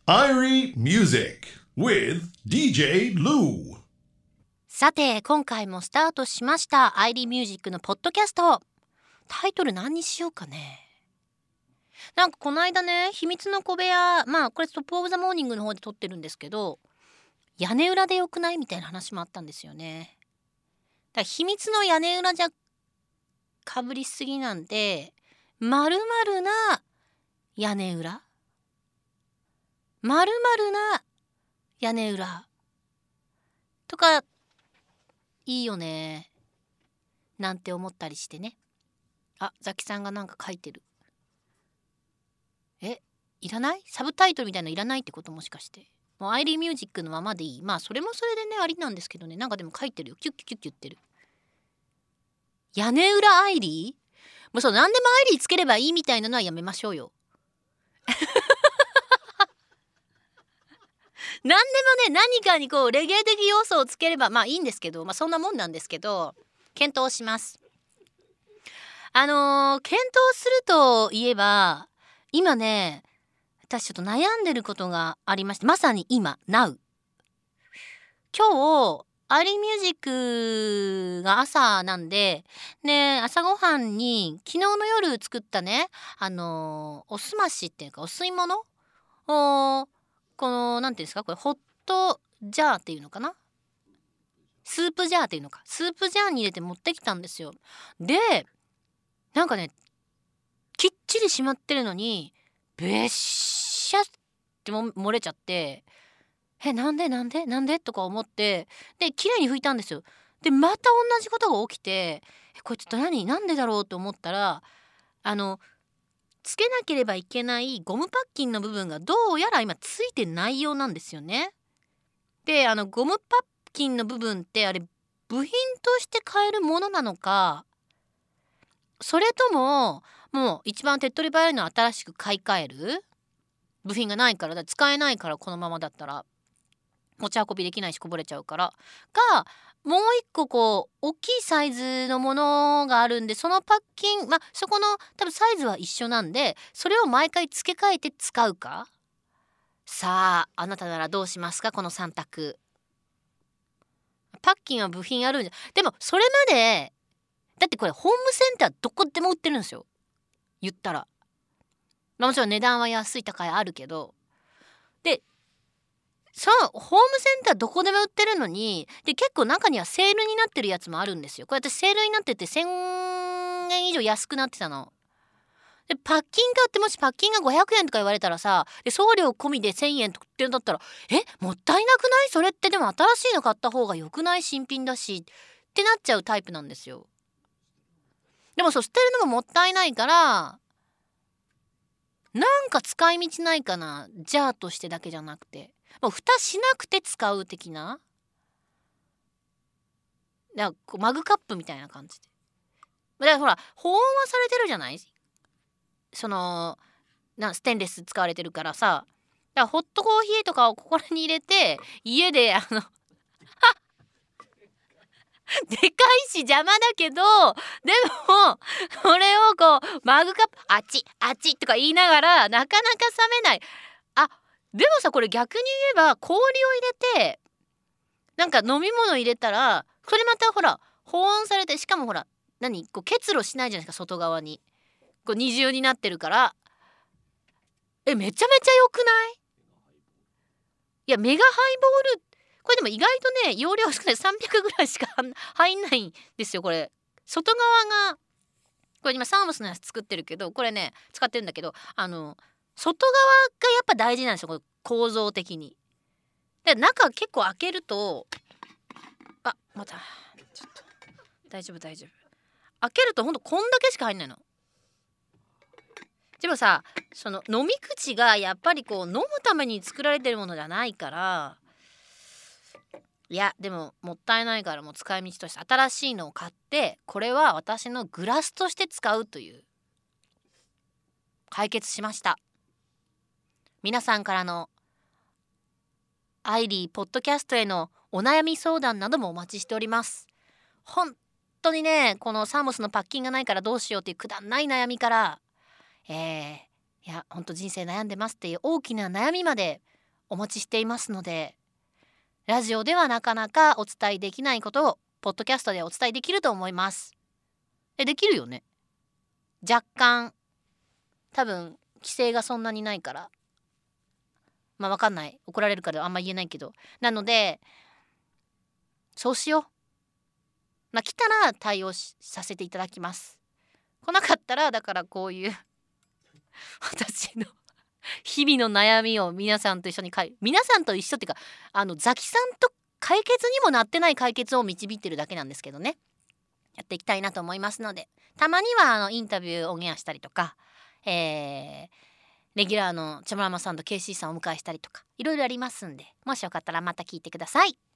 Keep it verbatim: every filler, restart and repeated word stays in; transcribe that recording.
Irie Music with ディージェー Lou。 さて今回もスタートしましたアイリーミュージックのポッドキャスト。タイトル何にしようかね。なんかこの間ね、秘密の小部屋、まあこれトップオブザモーニングの方で撮ってるんですけど、屋根裏でよくないみたいな話もあったんですよね。だから秘密の屋根裏じゃかぶりすぎなんで、まるまるな屋根裏、まるまるな屋根裏とかいいよねなんて思ったりしてね。あ、ザキさんがなんか書いてる。え、いらない？サブタイトルみたいなのいらないってこと？もしかしてもうアイリーミュージックのままでいい？まあそれもそれでねありなんですけどね。なんかでも書いてるよ。キュッキュッキュッキュッ言ってる。屋根裏アイリー？もうそう何でもアイリーつければいいみたいなのはやめましょうよ。何でもね、何かにこうレゲエ的要素をつければまあいいんですけど、まあそんなもんなんですけど、検討します。あのー、検討するといえば、今ね、私ちょっと悩んでることがありまして、まさに今 Now 今日アイリーミュージックが朝なんで、ね、朝ごはんに昨日の夜作ったね、あのー、おすましっていうかお吸い物をこのなんていうんですか、これホットジャーっていうのかな、スープジャーっていうのか、スープジャーに入れて持ってきたんですよ。でなんかね、きっちり閉まってるのにべっしゃっても漏れちゃって、えなんでなんでなんでとか思って、で綺麗に拭いたんですよ。でまた同じことが起きて、えこれちょっと何なんでだろうと思ったら、あのつけなければいけないゴムパッキンの部分がどうやら今ついてないようなんですよね。であのゴムパッキンの部分ってあれ部品として買えるものなのか、それとももう一番手っ取り早いのは新しく買い替える、部品がないからだ、使えないから、このままだったら持ち運びできないしこぼれちゃうからが、もう一個こう大きいサイズのものがあるんで、そのパッキン、まあそこの多分サイズは一緒なんで、それを毎回付け替えて使うか。さああなたならどうしますか、このさん択。パッキンは部品あるんじゃ、でもそれまでだってこれホームセンターどこでも売ってるんですよ、言ったら。まあ、もちろん値段は安い高いあるけど、でそのホームセンターどこでも売ってるのに、で結構中にはセールになってるやつもあるんですよ。これ私セールになっててせんえん以上安くなってたの。でパッキン買って、もしパッキンがごひゃくえんとか言われたらさ、で送料込みでせんえんとかってんだったら、えもったいなくない？それってでも新しいの買った方がよくない？新品だしってなっちゃうタイプなんですよ。でもそう捨てるのももったいないから、なんか使い道ないかな、ジャーとしてだけじゃなくて、もう蓋しなくて使う的な、だからこうマグカップみたいな感じで。だからほら保温はされてるじゃない、そのなステンレス使われてるからさ。だからホットコーヒーとかをここに入れて家であのでかいし邪魔だけど、でもこれをこうマグカップあっちあっちとか言いながらなかなか冷めない。あでもさ、これ逆に言えば氷を入れてなんか飲み物入れたら、それまたほら保温されて、しかもほら何こう結露しないじゃないですか、外側にこう二重になってるから、えめちゃめちゃ良くない？いやメガハイボールこれでも意外とね容量少ない、さんびゃくぐらいしか入んないんですよ。これ外側が、これ今サーモスのやつ作ってるけど、これね使ってるんだけど、あの外側がやっぱ大事なんですよ、これ構造的に。で中結構開けると、あまたちょっと大丈夫大丈夫、開けるとほんとこんだけしか入んないの。でもさ、その飲み口がやっぱりこう飲むために作られてるものじゃないから、いやでももったいないから、もう使い道として新しいのを買って、これは私のグラスとして使うという解決しました。皆さんからのアイリーポッドキャストへのお悩み相談などもお待ちしております。本当にね、このサーモスのパッキンがないからどうしようっていうくだんない悩みから、えー、いや本当人生悩んでますっていう大きな悩みまでお待ちしていますので、ラジオではなかなかお伝えできないことをポッドキャストでお伝えできると思います。えできるよね。若干多分規制がそんなにないから、まあわかんない、怒られるからあんま言えないけど、なのでそうしよう。まあ来たら対応しさせていただきます。来なかったらだからこういう私の日々の悩みを皆さんと一緒にかい皆さんと一緒っていうか、あのザキさんと解決にもなってない解決を導いてるだけなんですけどね、やっていきたいなと思いますので、たまにはあのインタビューオンエアしたりとか、えー、レギュラーのチョムラマさんと ケーシー さんをお迎えしたりとかいろいろありますんで、もしよかったらまた聞いてください。